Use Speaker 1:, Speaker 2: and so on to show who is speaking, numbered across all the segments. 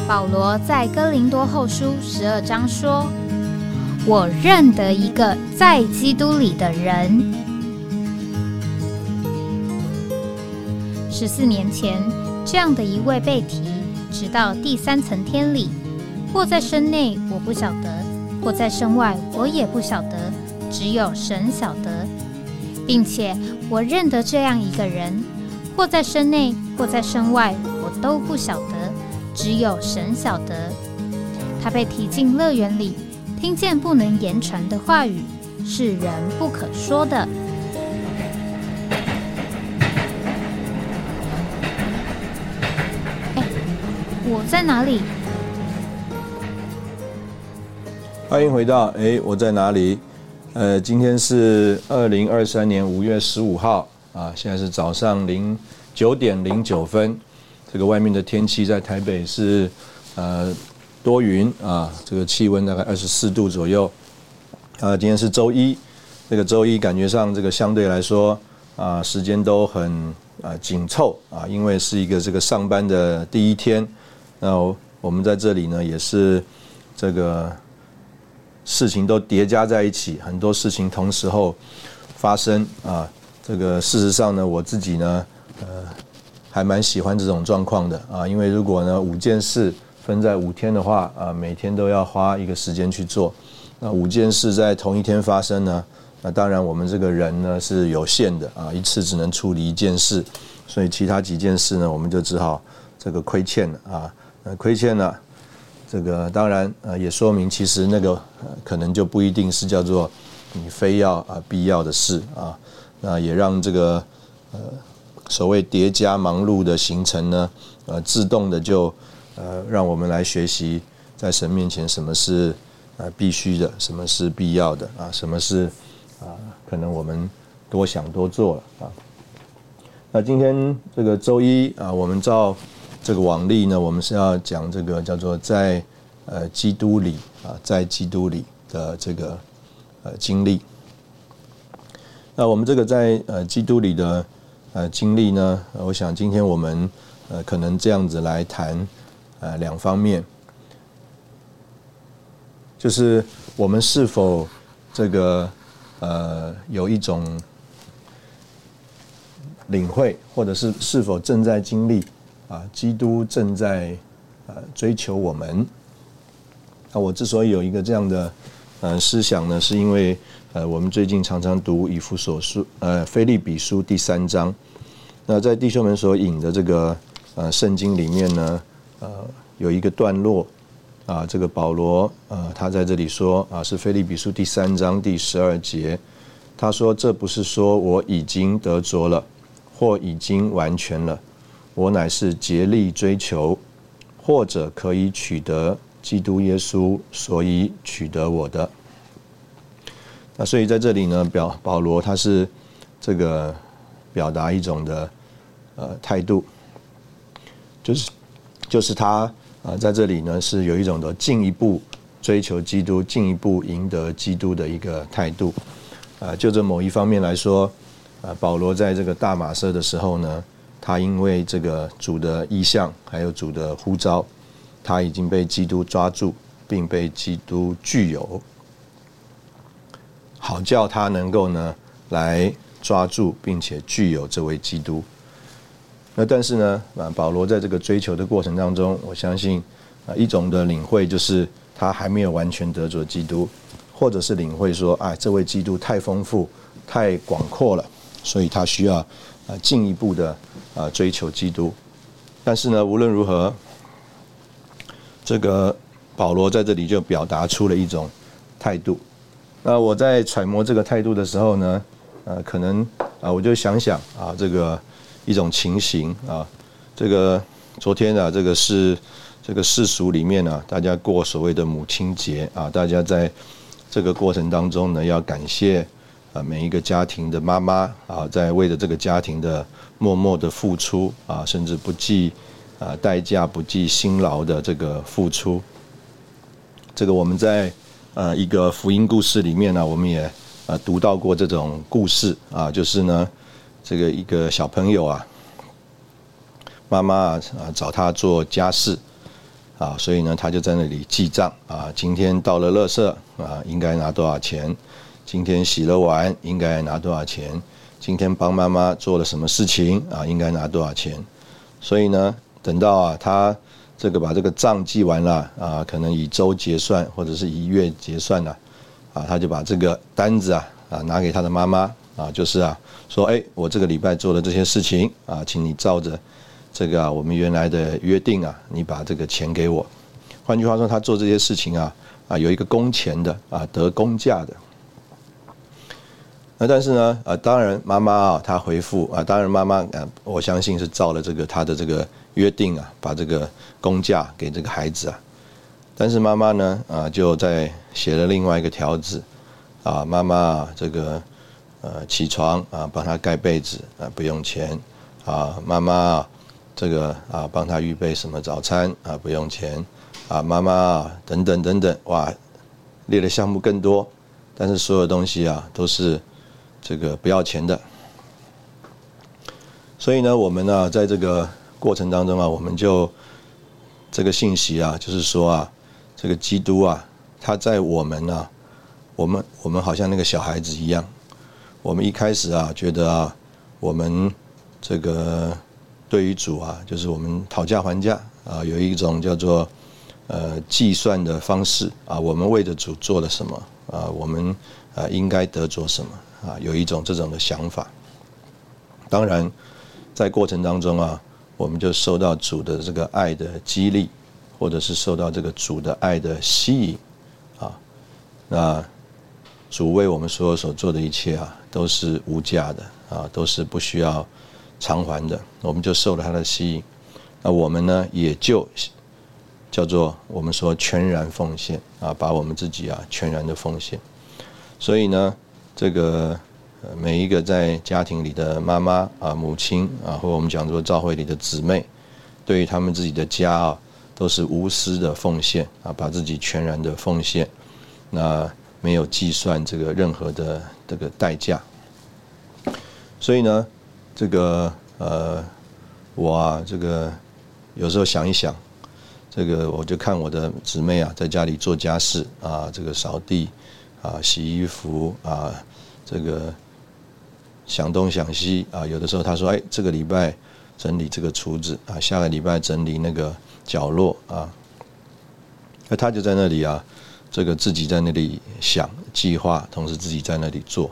Speaker 1: 保罗在哥林多后书12章说：“我认得一个在基督里的人。”14年前，这样的一位被提，直到第3层天里，或在身内，我不晓得；或在身外，我也不晓得，只有神晓得。并且我认得这样一个人，或在身内，或在身外，我都不晓得，只有神晓得。他被提进乐园里，听见不能言传的话语，是人不可说的。我在哪里？
Speaker 2: 欢迎回到我在哪里？今天是2023年5月15号啊，现在是早上9点09分。这个外面的天气在台北是多云啊，这个气温大概24度左右。今天是周一，这个周一感觉上这个相对来说时间都很紧凑啊，因为是一个这个上班的第一天。那我们在这里呢，也是这个事情都叠加在一起，很多事情同时候发生啊。这个事实上呢，我自己呢，还蛮喜欢这种状况的啊，因为如果呢5件事分在5天的话啊，每天都要花一个时间去做。那5件事在同一天发生呢，那当然我们这个人呢是有限的啊，一次只能处理1件事，所以其他几件事呢，我们就只好这个亏欠了啊。亏欠了，这个当然也说明其实那个可能就不一定是叫做你非要必要的事啊。那也让这个所谓叠加忙碌的行程呢，自动的就让我们来学习在神面前什么是必须的，什么是必要的啊，什么是可能我们多想多做了啊。那今天这个周一啊，我们照这个往例呢，我们是要讲这个叫做在基督里在基督里的这个经历。那我们这个在基督里的经历呢，我想今天我们可能这样子来谈2方面，就是我们是否这个有一种领会，或者是否正在经历基督正在追求我们。我之所以有一个这样的思想呢，是因为我们最近常常读以弗所书腓立比书第3章。那在弟兄们所引的这个圣经里面呢，有一个段落这个保罗他在这里说是腓立比书第3章第12节，他说：“这不是说我已经得着了，或已经完全了。我乃是竭力追求，或者可以取得基督耶稣，所以取得我的。”那所以在这里呢，保罗他是这个表达一种的态度，就是他在这里呢是有一种的进一步追求基督，进一步赢得基督的一个态度。就这某一方面来说，保罗在这个大马色的时候呢，他因为这个主的意象还有主的呼召，他已经被基督抓住，并被基督具有，好叫他能够呢来抓住并且具有这位基督。那但是呢，保罗在这个追求的过程当中，我相信一种的领会就是他还没有完全得着基督，或者是领会说这位基督太丰富太广阔了，所以他需要进一步的追求基督。但是呢，无论如何，这个保罗在这里就表达出了一种态度。那我在揣摩这个态度的时候呢，可能我就想这个一种情形这个昨天这个是这个世俗里面大家过所谓的母亲节大家在这个过程当中呢，要感谢每一个家庭的妈妈在为了这个家庭的默默的付出甚至不计代价、不计辛劳的这个付出。这个我们在一个福音故事里面我们也读到过这种故事就是呢，这个一个小朋友妈妈找他做家事啊，所以呢他就在那里记账啊，今天倒了垃圾啊，应该拿多少钱？今天洗了碗应该拿多少钱？今天帮妈妈做了什么事情啊，应该拿多少钱？所以呢，等到啊他这个把这个账记完了啊，可能以周结算或者是以月结算了啊，他就把这个单子拿给他的妈妈啊，就是说我这个礼拜做了这些事情啊，请你照着这个我们原来的约定你把这个钱给我。换句话说，他做这些事情有一个工钱的得工价的。那但是呢当然妈妈她回复当然妈妈我相信是照了她的这个约定把这个工价给这个孩子但是妈妈呢就在写了另外一个条子妈妈这个起床帮他盖被子不用钱妈妈这个帮他预备什么早餐不用钱妈妈等等等等，哇，列的项目更多，但是所有东西都是这个不要钱的。所以呢，我们在这个过程当中我们就这个信息就是说这个基督他在我们我们好像那个小孩子一样，我们一开始觉得我们这个对于主就是我们讨价还价有一种叫做计算的方式我们为着主做了什么我们应该得着什么有一种这种的想法。当然在过程当中我们就受到主的这个爱的激励，或者是受到这个主的爱的吸引那主为我们所有所做的一切都是无价的都是不需要偿还的，我们就受了他的吸引。那我们呢也就叫做我们说全然奉献把我们自己全然的奉献。所以呢这个每一个在家庭里的妈妈母亲或我们讲说教会里的姊妹，对于他们自己的家都是无私的奉献把自己全然的奉献，那没有计算这个任何的这个代价。所以呢这个我这个有时候想一想，这个我就看我的姊妹在家里做家事这个扫地洗衣服这个想东想西有的时候她说这个礼拜整理这个厨子下个礼拜整理那个角落那她就在那里这个自己在那里想计划，同时自己在那里做。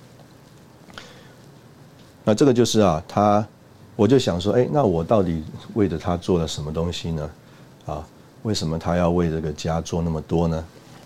Speaker 2: 那这个就是我就想说那我到底为着他做了什么东西呢为什么他要为这个家做那么多呢？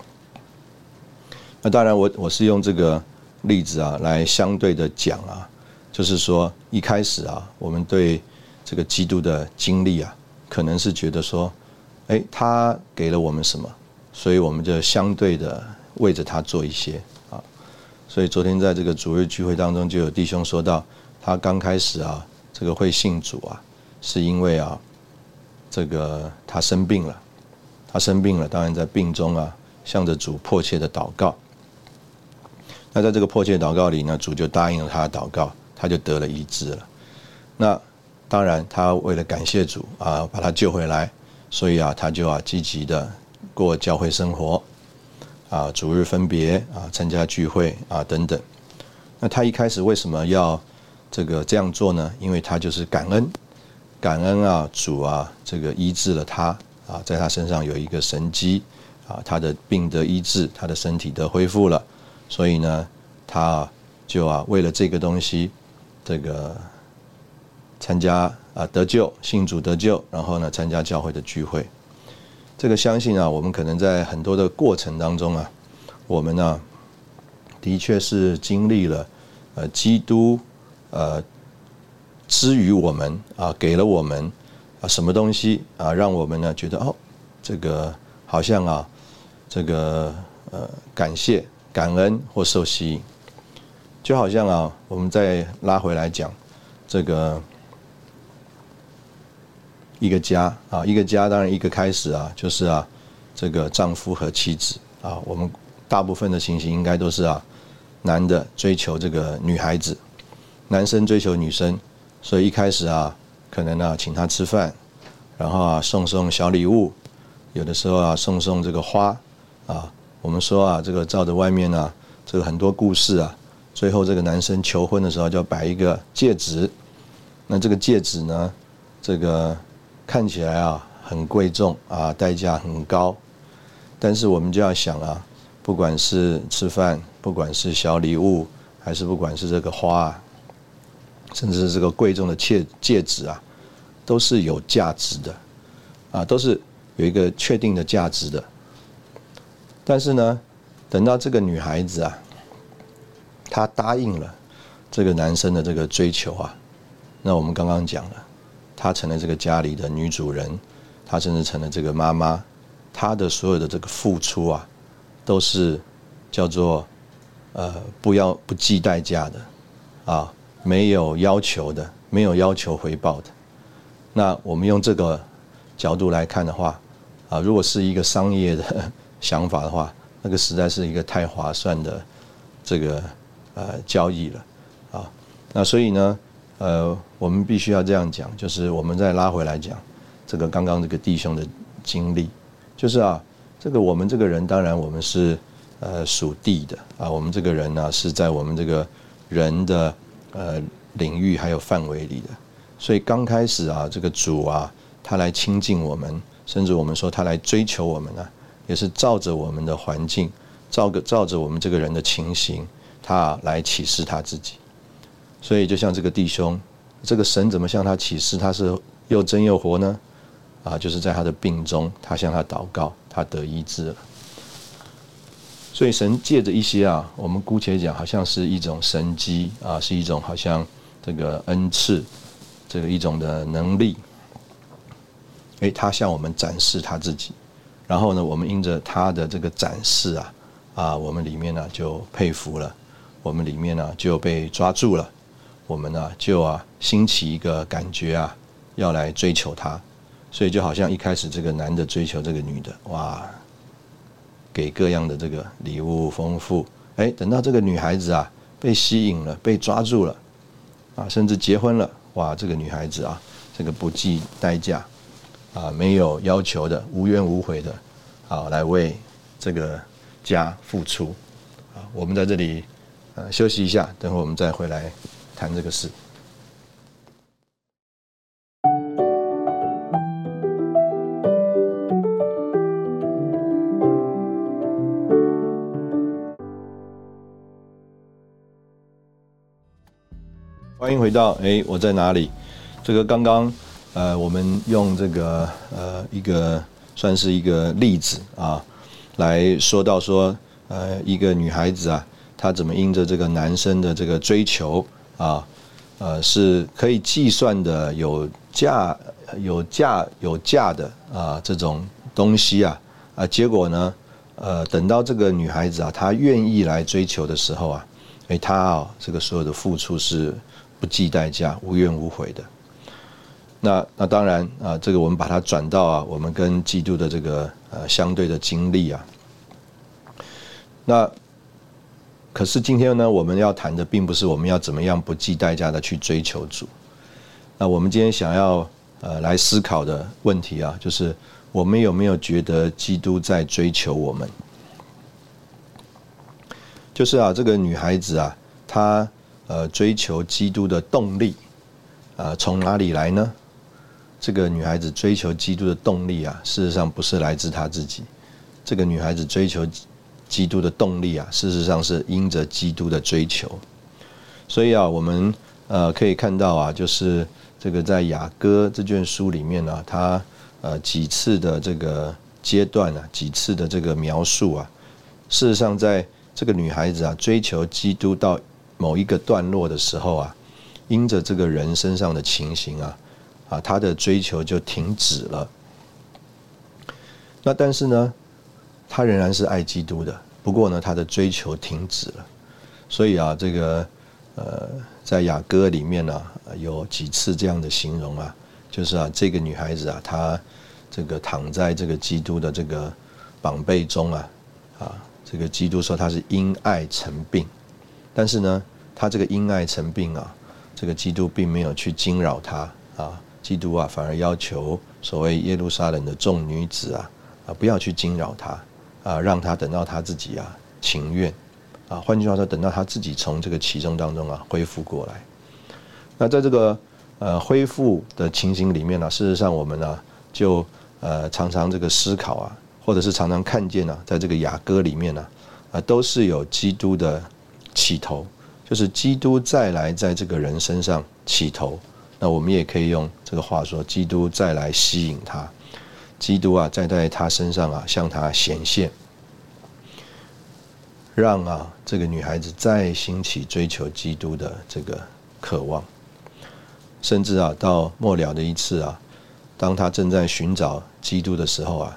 Speaker 2: 那当然我是用这个例子来相对的讲就是说一开始我们对这个基督的经历可能是觉得说他给了我们什么，所以我们就相对的为着他做一些所以昨天在这个主日聚会当中就有弟兄说到，他刚开始这个会信主是因为这个他生病了，当然在病中向着主迫切的祷告。那在这个迫切祷告里呢，主就答应了他的祷告，他就得了医治了。那当然他为了感谢主把他救回来，所以他就积极的过教会生活主日分别参加聚会等等。那他一开始为什么要这样做呢？因为他就是感恩主这个医治了他在他身上有一个神迹他的病得医治，他的身体得恢复了，所以呢他就为了这个东西这个参加得救，信主得救，然后呢参加教会的聚会。这个相信我们可能在很多的过程当中我们的确是经历了基督之于我们给了我们什么东西让我们呢觉得这个好像这个感谢感恩或受吸引。就好像我们再拉回来讲这个一个家当然一个开始就是这个丈夫和妻子我们大部分的情形应该都是男的追求这个女孩子，男生追求女生，所以一开始可能请她吃饭，然后送小礼物有的时候啊送这个花啊，我们说啊这个照着外面啊这个很多故事啊，最后这个男生求婚的时候就要摆一个戒指，那这个戒指呢，这个看起来啊很贵重啊，代价很高，但是我们就要想啊，不管是吃饭，不管是小礼物，还是不管是这个花啊，甚至是这个贵重的戒指啊，都是有价值的啊，都是有一个确定的价值的。但是呢，等到这个女孩子啊，她答应了这个男生的这个追求啊，那我们刚刚讲了，她成了这个家里的女主人，她甚至成了这个妈妈，她的所有的这个付出啊，都是叫做不计代价的啊，没有要求的，没有要求回报的。那我们用这个角度来看的话啊，如果是一个商业的想法的话，那个实在是一个太划算的这个交易了啊。那所以呢，我们必须要这样讲，就是我们再拉回来讲这个刚刚这个弟兄的经历，就是啊，这个我们这个人当然我们是属地的啊，我们这个人呢是在我们这个人的领域还有范围里的，所以刚开始啊，这个主啊，他来亲近我们，甚至我们说他来追求我们啊，也是照着我们的环境，照着我们这个人的情形，他来启示他自己。所以就像这个弟兄，这个神怎么向他启示他是又真又活呢？啊，就是在他的病中，他向他祷告，他得医治了。所以神借着一些啊，我们姑且讲，好像是一种神迹啊，是一种好像这个恩赐，这个一种的能力，他向我们展示他自己，然后呢，我们因着他的这个展示啊，我们里面呢就佩服了，我们里面呢就被抓住了，我们呢就兴起一个感觉啊，要来追求他。所以就好像一开始这个男的追求这个女的，哇，给各样的这个礼物丰富，等到这个女孩子啊被吸引了，被抓住了啊，甚至结婚了，哇，这个女孩子啊，这个不计代价啊，没有要求的，无怨无悔的啊，来为这个家付出啊。我们在这里休息一下，等会我们再回来谈这个事。欢迎回到我在哪里？这个刚刚我们用这个一个算是一个例子啊，来说到说一个女孩子啊，她怎么因着这个男生的这个追求啊，是可以计算的有价的啊这种东西啊，结果呢等到这个女孩子啊，她愿意来追求的时候啊，她这个所有的付出是不计代价、无怨无悔的。那当然啊，这个我们把它转到我们跟基督的这个相对的经历啊。那可是今天呢，我们要谈的并不是我们要怎么样不计代价的去追求主。那我们今天想要来思考的问题啊，就是我们有没有觉得基督在追求我们？就是这个女孩子啊，她追求基督的动力从哪里来呢？这个女孩子追求基督的动力啊，事实上不是来自她自己。这个女孩子追求基督的动力啊，事实上是因着基督的追求。所以我们可以看到就是这个在雅歌这卷书里面呢，它几次的这个阶段几次的这个描述事实上在这个女孩子追求基督到某一个段落的时候因着这个人身上的情形他的追求就停止了。那但是呢，他仍然是爱基督的，不过呢，他的追求停止了。所以这个在雅歌里面有几次这样的形容就是这个女孩子她这个躺在这个基督的这个膀臂中这个基督说她是因爱成病，但是呢，她这个因爱成病这个基督并没有去惊扰她基督反而要求所谓耶路撒冷的众女子不要去惊扰他让他等到他自己情愿换句话说，等到他自己从这个其中当中恢复过来。那在这个恢复的情形里面事实上我们就常常这个思考或者是常常看见在这个雅歌里面都是有基督的起头，就是基督再来在这个人身上起头。那我们也可以用这个话说，基督再来吸引他，基督再在他身上向他显现，让这个女孩子再兴起追求基督的这个渴望。甚至到末了的一次当他正在寻找基督的时候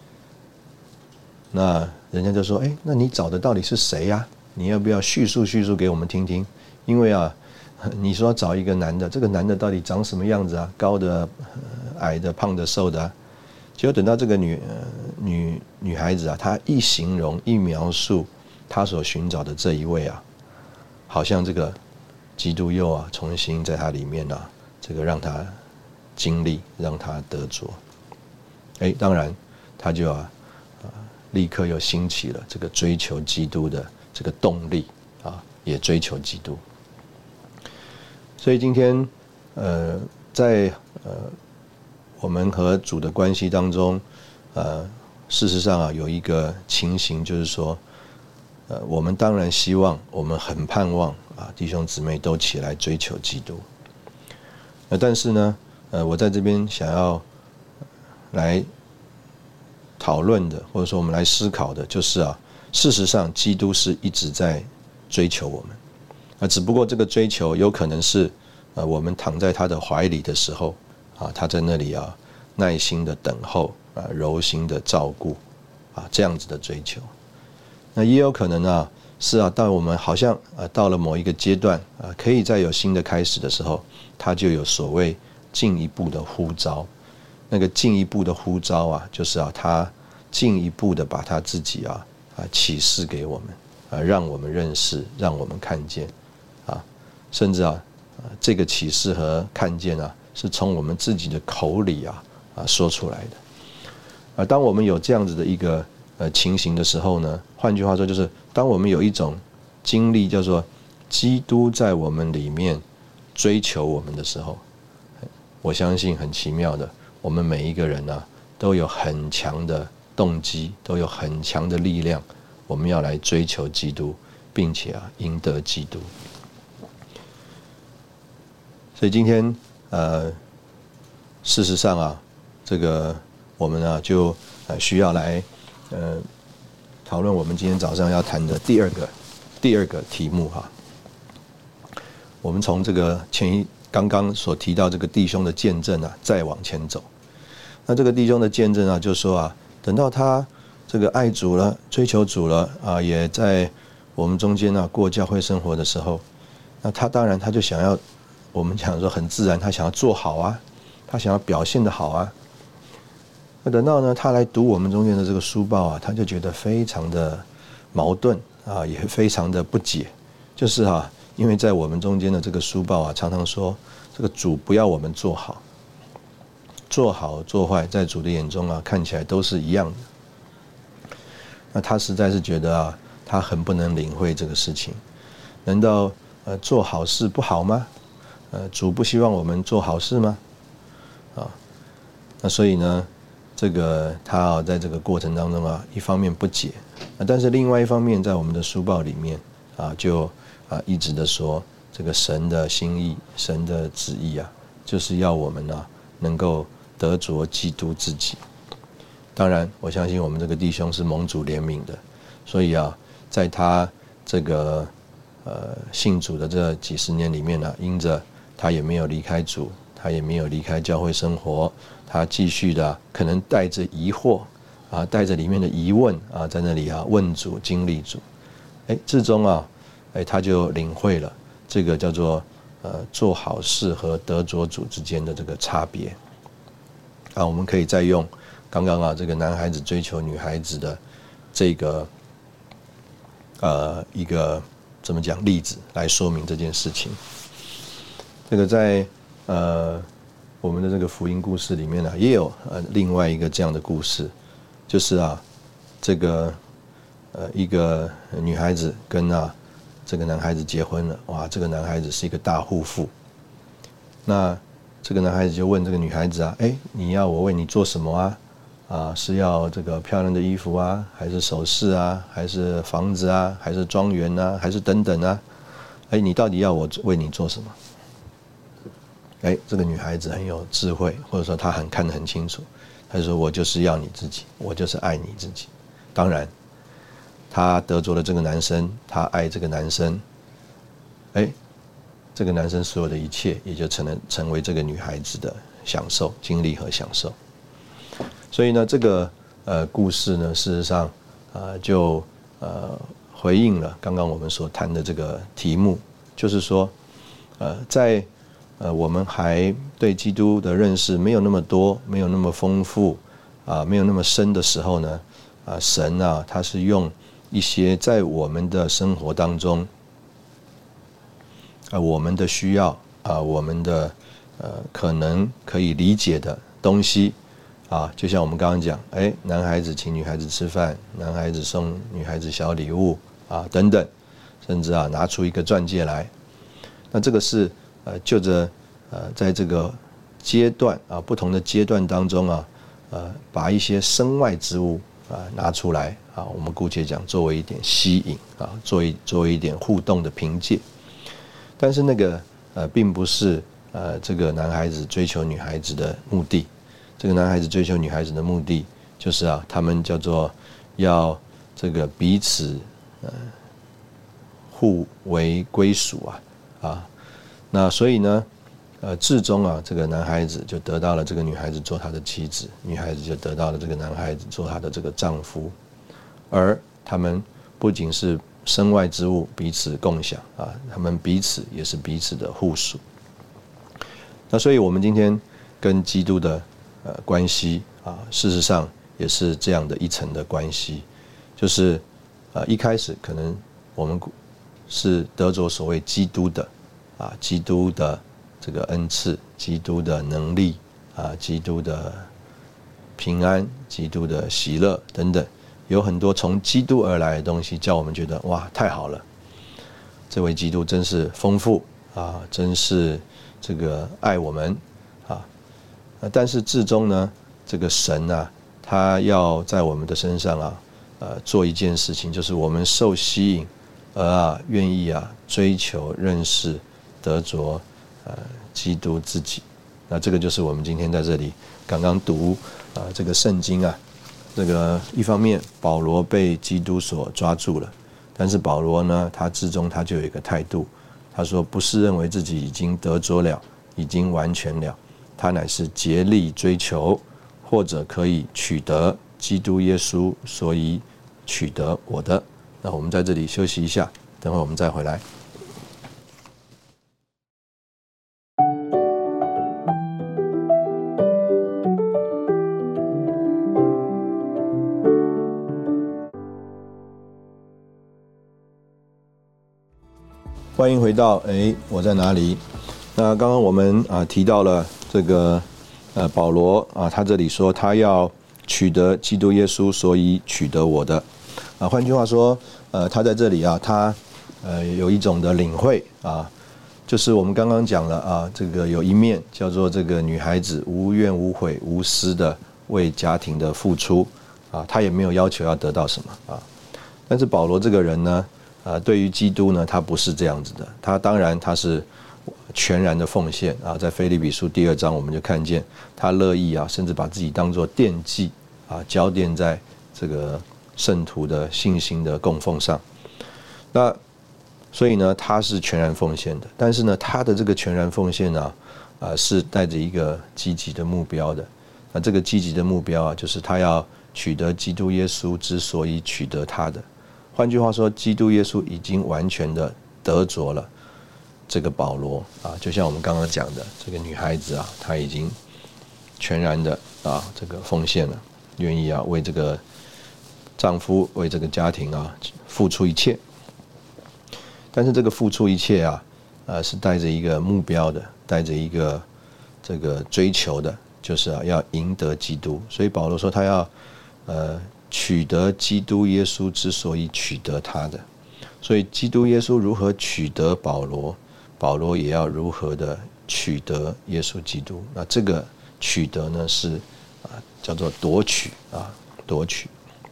Speaker 2: 那人家就说那你找的到底是谁呀？你要不要叙述给我们听听？因为你说找一个男的，这个男的到底长什么样子高的、矮的、胖的、瘦的结果等到这个女孩子她一形容一描述她所寻找的这一位好像这个基督又重新在她里面这个让她经历，让她得着。当然她就立刻又兴起了这个追求基督的这个动力也追求基督。所以今天在我们和主的关系当中事实上有一个情形，就是说我们当然希望，我们很盼望弟兄姊妹都起来追求基督。但是呢我在这边想要来讨论的，或者说我们来思考的，就是事实上基督是一直在追求我们只不过这个追求有可能是我们躺在他的怀里的时候他在那里耐心的等候柔心的照顾这样子的追求。那也有可能是到我们好像到了某一个阶段可以再有新的开始的时候，他就有所谓进一步的呼召。那个进一步的呼召就是他进一步的把他自己启示给我们让我们认识，让我们看见甚至这个启示和看见是从我们自己的口里说出来的。当我们有这样子的一个情形的时候呢，换句话说就是当我们有一种经历叫做基督在我们里面追求我们的时候，我相信很奇妙的，我们每一个人都有很强的动机，都有很强的力量，我们要来追求基督，并且赢得基督。所以今天事实上这个我们就需要来讨论我们今天早上要谈的第二个题目我们从这个刚刚所提到这个弟兄的见证再往前走。那这个弟兄的见证就说等到他这个爱主了，追求主了也在我们中间过教会生活的时候，那他当然他就想要，我们讲说很自然，他想要做好他想要表现得好那等到呢他来读我们中间的这个书报他就觉得非常的矛盾也非常的不解，就是因为在我们中间的这个书报常常说这个主不要我们做好做坏，在主的眼中看起来都是一样的。那他实在是觉得他很不能领会这个事情。难道做好事不好吗？主不希望我们做好事吗？那所以呢这个他在这个过程当中一方面不解但是另外一方面在我们的书报里面就一直的说这个神的心意，神的旨意就是要我们能够得着基督自己。当然我相信我们这个弟兄是蒙主怜悯的，所以在他这个信主的这几十年里面因着他也没有离开主，他也没有离开教会生活，他继续的可能带着疑惑带着里面的疑问在那里问主，经历主至终他就领会了这个叫做做好事和得着主之间的这个差别我们可以再用刚刚这个男孩子追求女孩子的这个一个怎么讲例子来说明这件事情。这个在我们的这个福音故事里面也有另外一个这样的故事就是这个一个女孩子跟这个男孩子结婚了，哇，这个男孩子是一个大户妇。那这个男孩子就问这个女孩子你要我为你做什么是要这个漂亮的衣服还是首饰还是房子还是庄园还是等等你到底要我为你做什么？这个女孩子很有智慧，或者说她看得很清楚，她就说我就是要你自己，我就是爱你自己。当然她得着了这个男生，她爱这个男生，这个男生所有的一切也就成为这个女孩子的享受、经历和享受。所以呢，这个故事呢，事实上就回应了刚刚我们所谈的这个题目，就是说在我们还对基督的认识没有那么多、没有那么丰富没有那么深的时候呢，神他是用一些在我们的生活当中我们的需要我们的可能可以理解的东西就像我们刚刚讲，男孩子请女孩子吃饭，男孩子送女孩子小礼物等等，甚至拿出一个钻戒来。那这个是就着在这个阶段不同的阶段当中把一些身外之物拿出来我们姑且讲作为一点吸引作为一点互动的凭借。但是那个并不是这个男孩子追求女孩子的目的。这个男孩子追求女孩子的目的就是他们叫做要这个彼此互为归属那所以呢至终这个男孩子就得到了这个女孩子做他的妻子，女孩子就得到了这个男孩子做他的这个丈夫，而他们不仅是身外之物彼此共享他们彼此也是彼此的互属。那所以我们今天跟基督的关系事实上也是这样的一层的关系，就是一开始可能我们是得着所谓基督的基督的这个恩赐，基督的能力基督的平安，基督的喜乐等等，有很多从基督而来的东西，叫我们觉得哇，太好了，这位基督真是丰富真是这个爱我们但是至终呢，这个神他要在我们的身上做一件事情，就是我们受吸引而愿意追求认识得着基督自己。那这个就是我们今天在这里刚刚读这个圣经这个一方面保罗被基督所抓住了，但是保罗呢，他至终他就有一个态度，他说不是认为自己已经得着了，已经完全了，他乃是竭力追求，或者可以取得基督耶稣，所以取得我的。那我们在这里休息一下，等会我们再回来。欢迎回到我在哪里？那刚刚我们提到了这个保罗他这里说他要取得基督耶稣，所以取得我的换句话说他在这里他有一种的领会就是我们刚刚讲了这个有一面叫做这个女孩子无怨无悔无私的为家庭的付出他也没有要求要得到什么但是保罗这个人呢对于基督呢，他不是这样子的。他当然他是全然的奉献在腓立比书第2章我们就看见他乐意甚至把自己当作奠祭交奠在这个圣徒的信心的供奉上。那所以呢，他是全然奉献的。但是呢，他的这个全然奉献是带着一个积极的目标的。那这个积极的目标就是他要取得基督耶稣之所以取得他的。换句话说，基督耶稣已经完全的得着了这个保罗就像我们刚刚讲的，这个女孩子她已经全然的这个奉献了，愿意为这个丈夫为这个家庭付出一切。但是这个付出一切是带着一个目标的，带着一个这个追求的，就是要赢得基督。所以保罗说他要取得基督耶稣之所以取得他的，所以基督耶稣如何取得保罗，保罗也要如何的取得耶稣基督。那这个取得呢是叫做夺取夺取。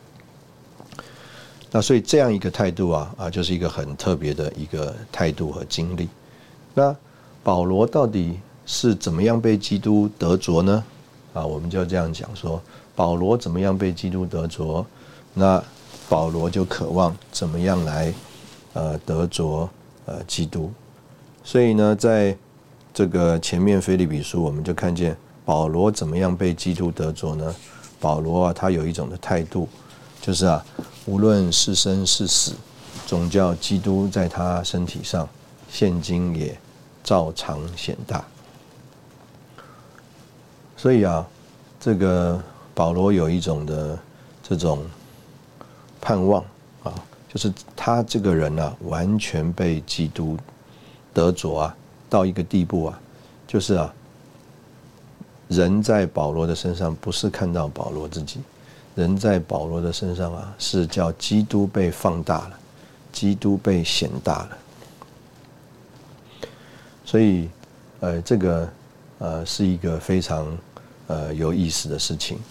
Speaker 2: 那所以这样一个态度就是一个很特别的一个态度和经历。那保罗到底是怎么样被基督得着呢？我们就这样讲说，保罗怎么样被基督得着，那保罗就渴望怎么样来得着基督。所以呢，在这个前面腓立比书，我们就看见保罗怎么样被基督得着呢？保罗他有一种的态度，就是无论是生是死，总叫基督在他身体上现今也照常显大。所以这个保罗有一种的这种盼望就是他这个人完全被基督得着到一个地步就是人在保罗的身上不是看到保罗自己，人在保罗的身上是叫基督被放大了，基督被显大了。所以这个是一个非常有意思的事情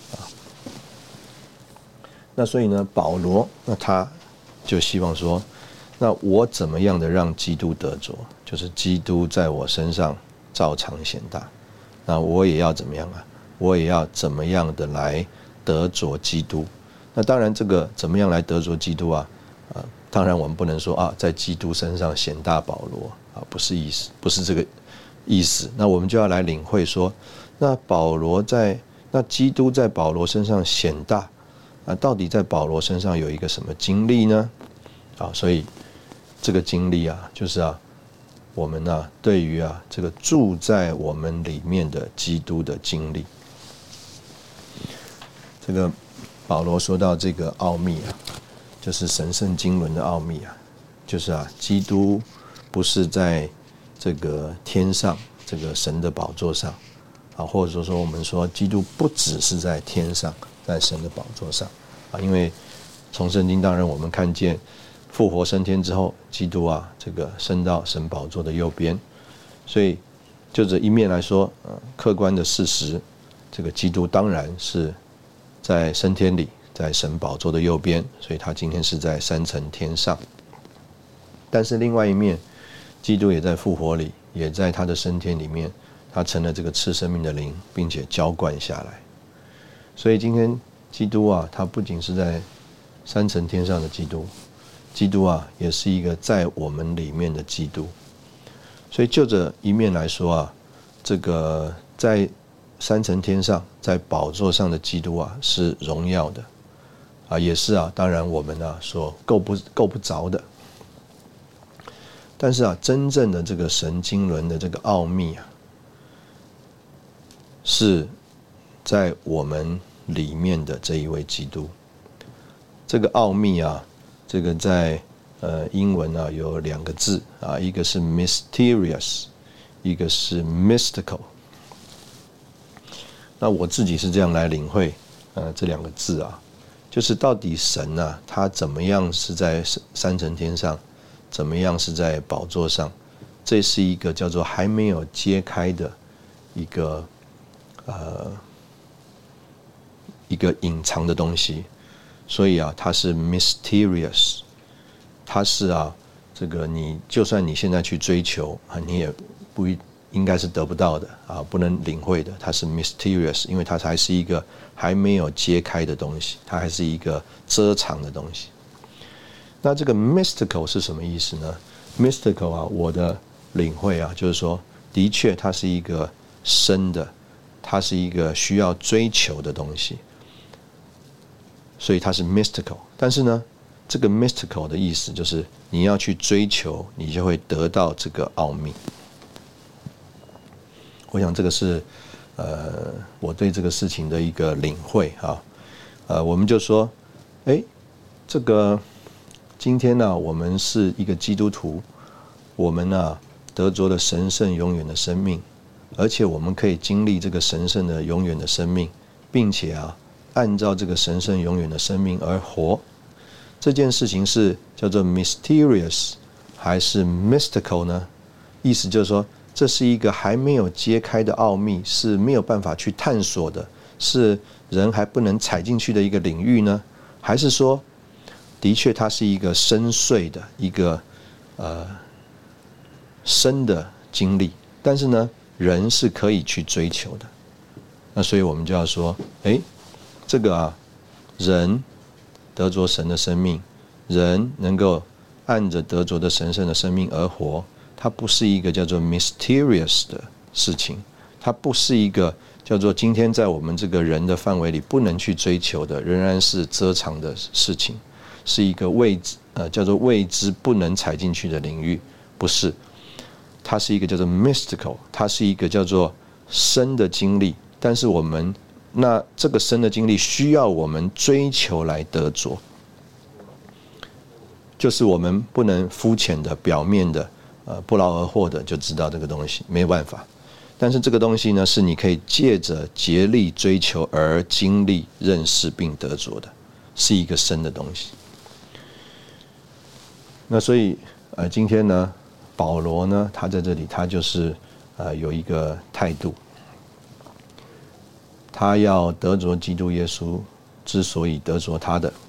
Speaker 2: 那所以呢，保罗那他就希望说，那我怎么样的让基督得着，就是基督在我身上照常显大，那我也要怎么样我也要怎么样的来得着基督。那当然这个怎么样来得着基督当然我们不能说在基督身上显大保罗不是这个意思。那我们就要来领会说，那基督在保罗身上显大到底在保罗身上有一个什么经历呢？所以这个经历就是我们对于这个住在我们里面的基督的经历。这个保罗说到这个奥秘就是神圣经纶的奥秘就是基督不是在这个天上这个神的宝座上或者说我们说基督不只是在天上在神的宝座上因为从圣经当然我们看见复活升天之后，基督这个升到神宝座的右边，所以就这一面来说客观的事实，这个基督当然是在升天里，在神宝座的右边，所以他今天是在三层天上。但是另外一面，基督也在复活里，也在他的升天里面，他成了这个赐生命的灵，并且浇灌下来。所以今天基督他不仅是在三层天上的基督，基督也是一个在我们里面的基督。所以就这一面来说这个在三层天上在宝座上的基督是荣耀的也是当然我们所够不着的。但是真正的这个神经纶的这个奥秘是在我们里面的这一位基督。这个奥秘这个在英文有两个字一个是 mysterious， 一个是 mystical。那我自己是这样来领会这两个字就是到底神他怎么样是在三层天上，怎么样是在宝座上，这是一个叫做还没有揭开的一个隐藏的东西。所以它是 mysterious， 它是这个你就算你现在去追求你也不应该是得不到的不能领会的。它是 mysterious， 因为它还是一个还没有揭开的东西，它还是一个遮藏的东西。那这个 mystical 是什么意思呢？ mystical 我的领会就是说，的确它是一个深的，它是一个需要追求的东西，所以它是 mystical。 但是呢，这个 mystical 的意思就是你要去追求，你就会得到这个奥秘。我想这个是我对这个事情的一个领会我们就说这个今天我们是一个基督徒，我们得着了神圣永远的生命，而且我们可以经历这个神圣的永远的生命，并且按照这个神圣永远的生命而活。这件事情是叫做 mysterious 还是 mystical 呢？意思就是说，这是一个还没有揭开的奥秘，是没有办法去探索的，是人还不能踩进去的一个领域呢？还是说，的确它是一个深邃的一个深的经历，但是呢，人是可以去追求的。那所以我们就要说，这个人得着神的生命，人能够按着得着的神圣的生命而活，它不是一个叫做 mysterious 的事情，它不是一个叫做今天在我们这个人的范围里不能去追求的，仍然是遮藏的事情，是一个叫做未知不能踩进去的领域，不是，它是一个叫做 mystical， 它是一个叫做深的经历，但是那这个深的经历需要我们追求来得着，就是我们不能肤浅的、表面的、不劳而获的就知道这个东西，没有办法。但是这个东西呢，是你可以借着竭力追求而经历、认识并得着的，是一个深的东西。那所以今天呢，保罗呢，他在这里，他就是有一个态度。他要得着基督耶稣，之所以得着他的，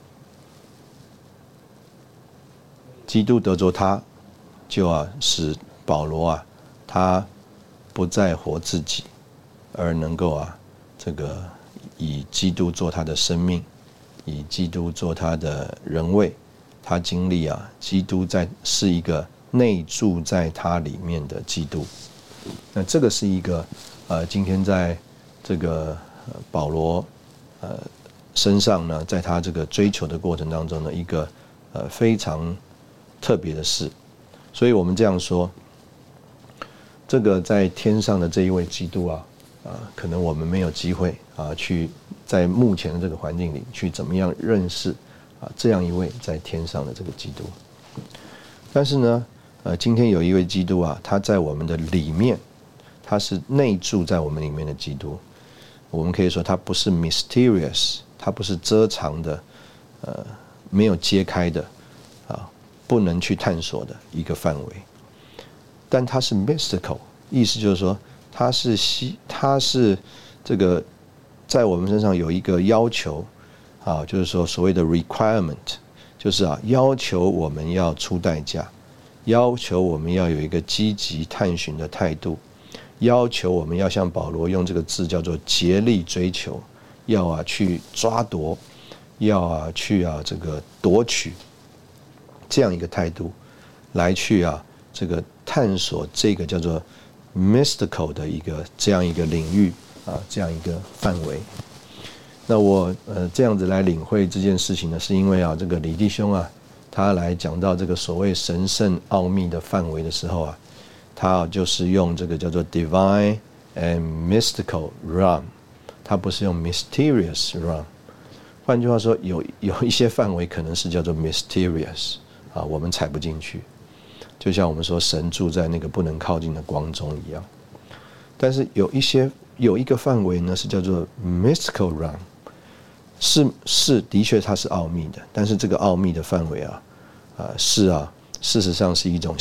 Speaker 2: 基督得着他，就使保罗他不再活自己，而能够这个以基督做他的生命，以基督做他的人位，他经历基督是一个内住在他里面的基督。那这个是一个今天在这个保罗身上呢，在他这个追求的过程当中呢，一个非常特别的事。所以我们这样说，这个在天上的这一位基督可能我们没有机会去在目前的这个环境里去怎么样认识这样一位在天上的这个基督。但是呢，今天有一位基督他在我们的里面，他是内住在我们里面的基督。我们可以说它不是 mysterious， 它不是遮藏的，没有揭开的，不能去探索的一个范围。但它是 mystical， 意思就是说，它是这个在我们身上有一个要求，就是说所谓的 requirement， 就是要求我们要出代价，要求我们要有一个积极探寻的态度。要求我们要像保罗用这个字叫做竭力追求，要去抓夺，要去这个夺取，这样一个态度，来去这个探索这个叫做 mystical 的这样一个领域这样一个范围。那我这样子来领会这件事情呢，是因为这个李弟兄他来讲到这个所谓神圣奥秘的范围的时候他就是用这个叫做 divine and mystical realm， 他不是用 mysterious realm。 换句话说，有一些范围可能是叫做 mysterious， 我们踩不进去，就像我们说神住在那个不能靠近的光中一样。但是有一个范围呢，是叫做 mystical realm， 是的确它是奥秘的，但是这个奥秘的范围事实上是一种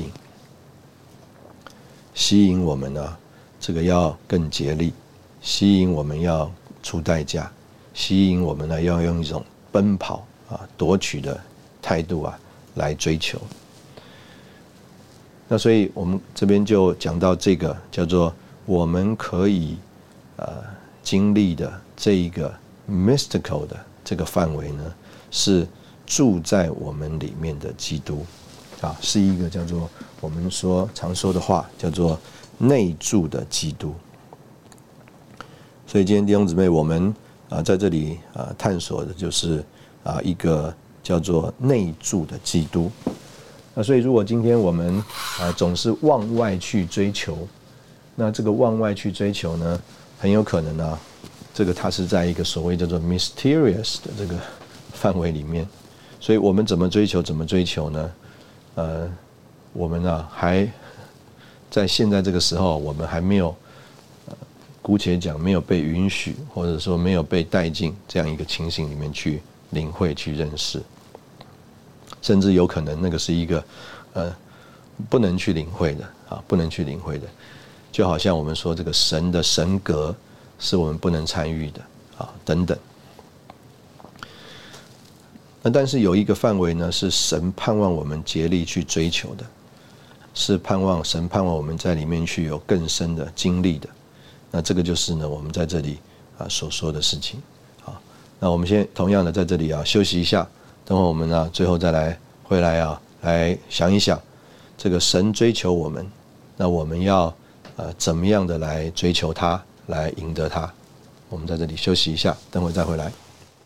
Speaker 2: 吸引我们这个要更竭力，吸引我们要出代价，吸引我们要用一种奔跑夺取的态度来追求。那所以我们这边就讲到这个叫做我们可以经历的这一个 mystical 的这个范围呢，是住在我们里面的基督是一个叫做我们常说的话，叫做内住的基督。所以今天弟兄姊妹，我们在这里探索的就是一个叫做内住的基督。那所以如果今天我们总是往外去追求，那这个往外去追求呢，很有可能这个它是在一个所谓叫做 mysterious 的这个范围里面。所以我们怎么追求呢？我们还在现在这个时候，我们还没有姑且讲没有被允许，或者说没有被带进这样一个情形里面去领会、去认识，甚至有可能那个是一个不能去领会的啊，不能去领会的，就好像我们说这个神的神格是我们不能参与的啊，等等。那但是有一个范围呢，是神盼望我们竭力去追求的，是神盼望我们在里面去有更深的经历的。那这个就是呢，我们在这里所说的事情。好，那我们先同样的在这里休息一下，等会我们最后再来回来来想一想，这个神追求我们，那我们要怎么样的来追求他，来赢得他？我们在这里休息一下，等会再回来。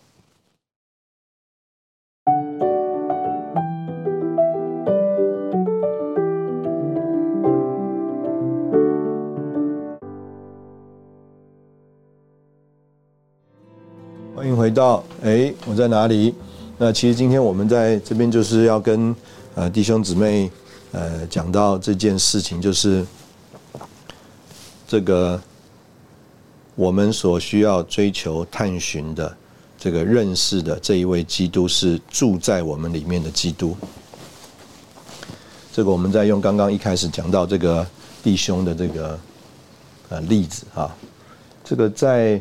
Speaker 2: 欢迎回到我在哪里？那其实今天我们在这边就是要跟弟兄姊妹讲到这件事情，就是这个我们所需要追求探寻的这个认识的这一位基督，是住在我们里面的基督。这个我们在用刚刚一开始讲到这个弟兄的这个例子啊，这个在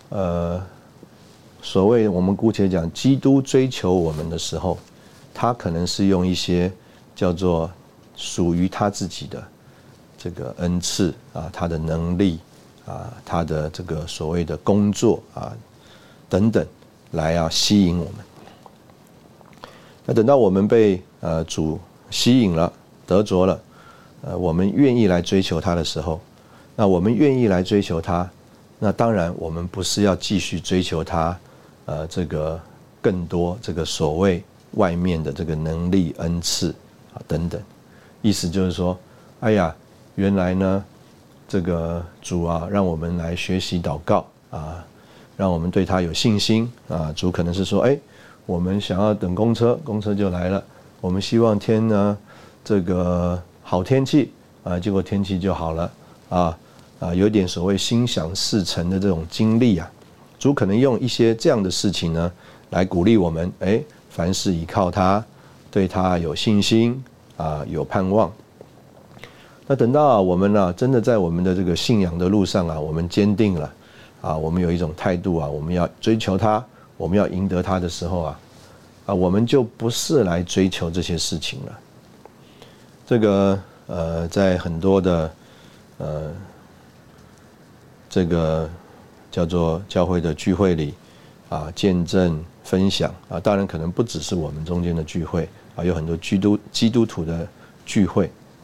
Speaker 2: 所谓我们姑且讲基督追求我们的时候，他可能是用一些叫做属于他自己的这个恩赐啊，他的能力啊，他的这个所谓的工作啊等等来吸引我们。那等到我们被主吸引了，得着了，我们愿意来追求他的时候，那我们愿意来追求他，那当然我们不是要继续追求他这个更多这个所谓外面的这个能力恩赐啊等等，意思就是说，哎呀，原来呢这个主让我们来学习祷告啊，让我们对他有信心啊。主可能是说，我们想要等公车，公车就来了；我们希望天呢这个好天气啊，结果天气就好了有点所谓心想事成的这种经历啊。主可能用一些这样的事情呢，来鼓励我们，凡事依靠他，对他有信心有盼望。那等到我们真的在我们的这个信仰的路上我们坚定了我们有一种态度我们要追求他，我们要赢得他的时候我们就不是来追求这些事情了。这个在很多的这个叫做教会的聚会里见证分享当然可能不只是我们中间的聚会有很多基督徒的聚会。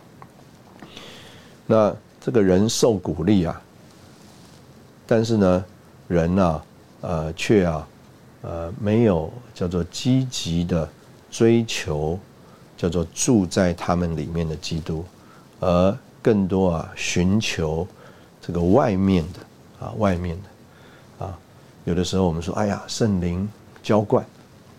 Speaker 2: 那这个人受鼓励但是呢人却没有叫做积极的追求叫做住在他们里面的基督，而更多寻求这个外面的有的时候我们说，哎呀，圣灵浇灌。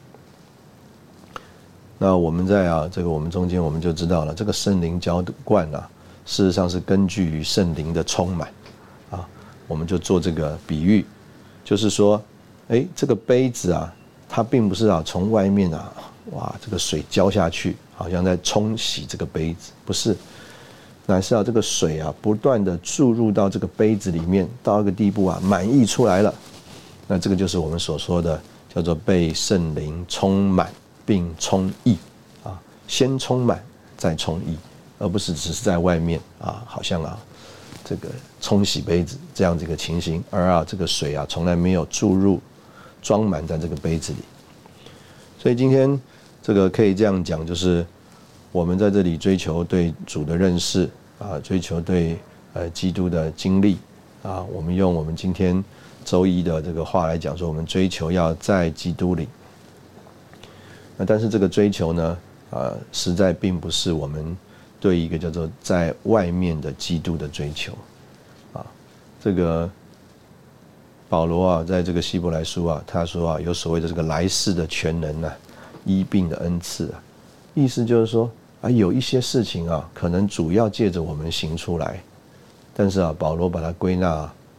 Speaker 2: 那我们在这个我们中间，我们就知道了，这个圣灵浇灌事实上是根据于圣灵的充满我们就做这个比喻，就是说，这个杯子它并不是从外面哇，这个水浇下去，好像在冲洗这个杯子，不是，乃是这个水不断的注入到这个杯子里面，到一个地步满溢出来了。那这个就是我们所说的叫做被圣灵充满并充溢先充满再充溢，而不是只是在外面好像这个冲洗杯子这样子一个情形，而这个水从来没有注入装满在这个杯子里。所以今天这个可以这样讲，就是我们在这里追求对主的认识追求对基督的经历我们用我们今天周一的这个话来讲说，我们追求要在基督里。那但是这个追求呢实在并不是我们对一个叫做在外面的基督的追求这个保罗在这个希伯来书他说有所谓的这个来世的全能医病的恩赐意思就是说有一些事情可能主要借着我们行出来，但是保罗把它归纳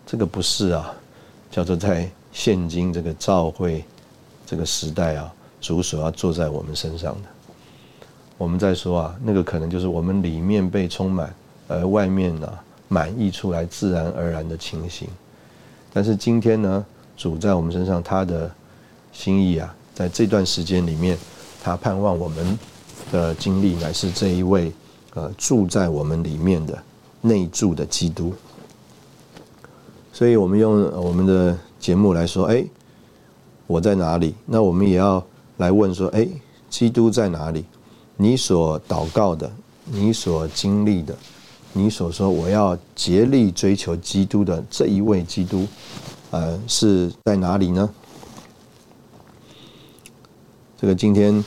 Speaker 2: 这个不是啊，叫做在现今这个教会这个时代啊，主所要坐在我们身上的。我们在说啊，那个可能就是我们里面被充满，而外面啊满溢出来自然而然的情形。但是今天呢，主在我们身上，他的心意啊，在这段时间里面，他盼望我们的经历乃是这一位住在我们里面的内住的基督。所以我们用我们的节目来说，我在哪里？那我们也要来问说，基督在哪里？你所祷告的，你所经历的，你所说我要竭力追求基督的这一位基督，是在哪里呢？这个今天，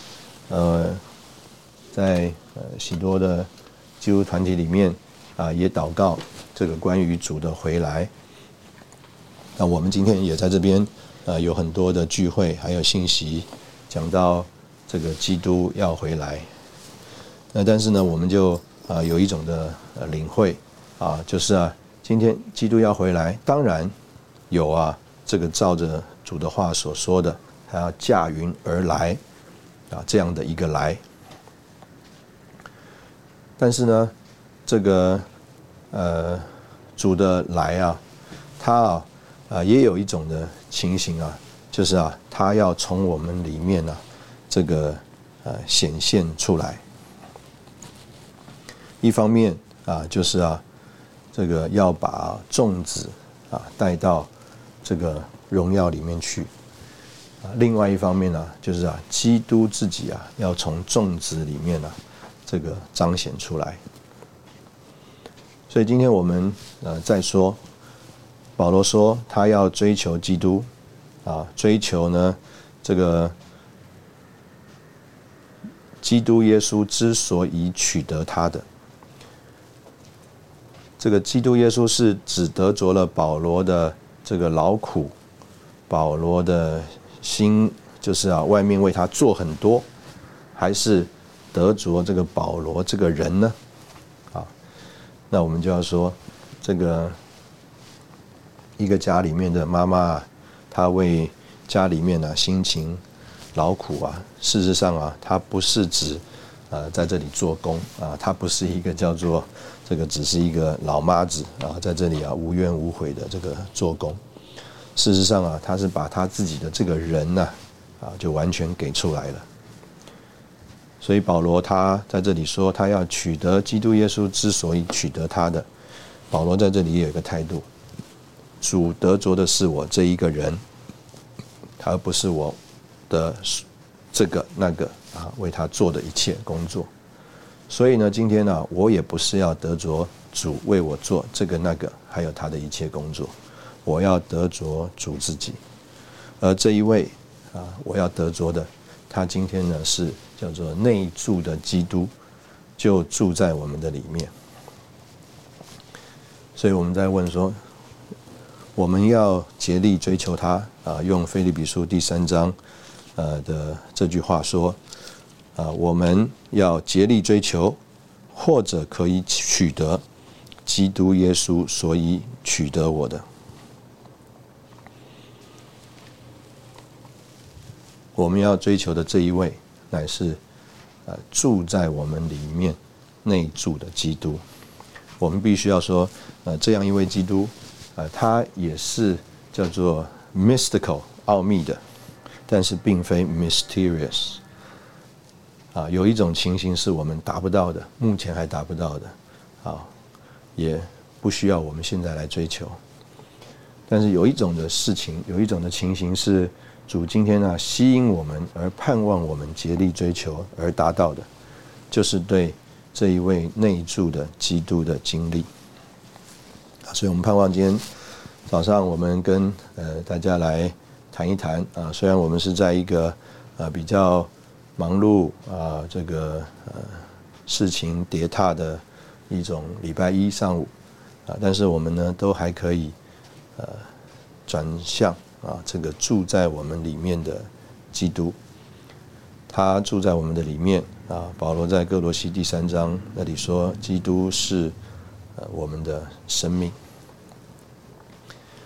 Speaker 2: 在许多的基督团体里面也祷告这个关于主的回来。那我们今天也在这边有很多的聚会，还有信息讲到这个基督要回来。那但是呢，我们就有一种的领会就是今天基督要回来，当然有这个照着主的话所说的，他要驾云而来这样的一个来。但是呢，这个主的来他也有一种的情形就是他要从我们里面这个显现出来。一方面就是这个要把众子带到这个荣耀里面去。另外一方面就是基督自己要从众子里面这个彰显出来。所以今天我们再说，保罗说他要追求基督追求呢这个基督耶稣之所以取得他的。这个基督耶稣是只得着了保罗的这个劳苦，保罗的心就是外面为他做很多，还是得着这个保罗这个人呢？那我们就要说，这个一个家里面的妈妈她为家里面辛勤劳苦事实上她不是指在这里做工她不是一个叫做这个只是一个老妈子在这里无怨无悔的这个做工。事实上她是把她自己的这个人就完全给出来了。所以保罗他在这里说他要取得基督耶稣之所以取得他的，保罗在这里也有一个态度，主得着的是我这一个人，而不是我的这个那个为他做的一切工作。所以呢，今天我也不是要得着主为我做这个那个还有他的一切工作，我要得着主自己。而这一位我要得着的，他今天呢是叫做内住的基督，就住在我们的里面。所以我们在问说，我们要竭力追求他用腓立比书第3章的这句话说我们要竭力追求，或者可以取得基督耶稣所以取得我的。我们要追求的这一位，乃是住在我们里面内住的基督。我们必须要说这样一位基督他也是叫做 mystical 奥秘的，但是并非 mysterious 有一种情形是我们达不到的，目前还达不到的也不需要我们现在来追求。但是有一种的事情，有一种的情形是主今天吸引我们而盼望我们竭力追求而达到的，就是对这一位内住的基督的经历。所以我们盼望今天早上我们跟大家来谈一谈虽然我们是在一个比较忙碌这个事情跌宕的一种礼拜一上午但是我们呢都还可以转向这个住在我们里面的基督。他住在我们的里面保罗在哥罗西第3章那里说，基督是我们的生命。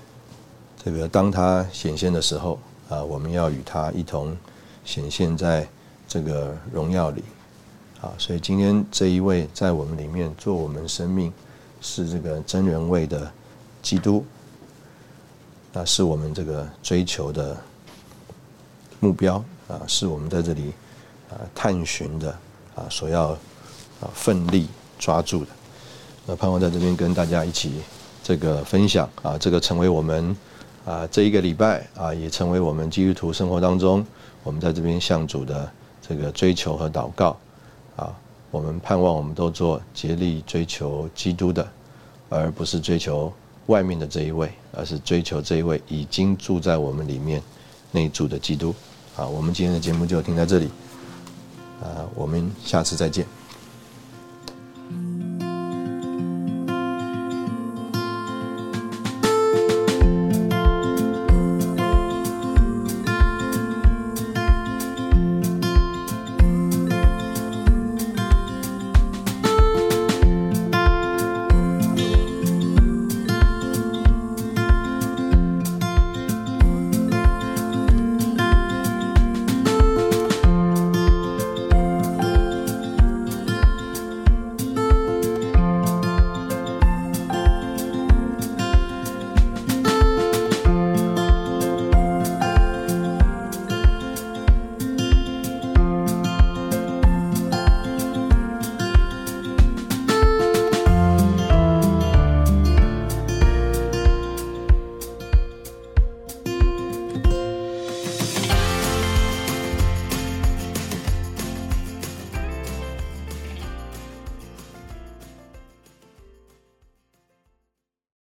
Speaker 2: 这个当他显现的时候我们要与他一同显现在这个荣耀里所以今天这一位在我们里面做我们生命是这个真人位的基督，那是我们这个追求的目标是我们在这里探寻的所要奋力抓住的。那盼望在这边跟大家一起这个分享这个成为我们这一个礼拜也成为我们基督徒生活当中我们在这边向主的这个追求和祷告我们盼望我们都做竭力追求基督的，而不是追求外面的这一位，而是追求这一位已经住在我们里面内住的基督我们今天的节目就停在这里我们下次再见。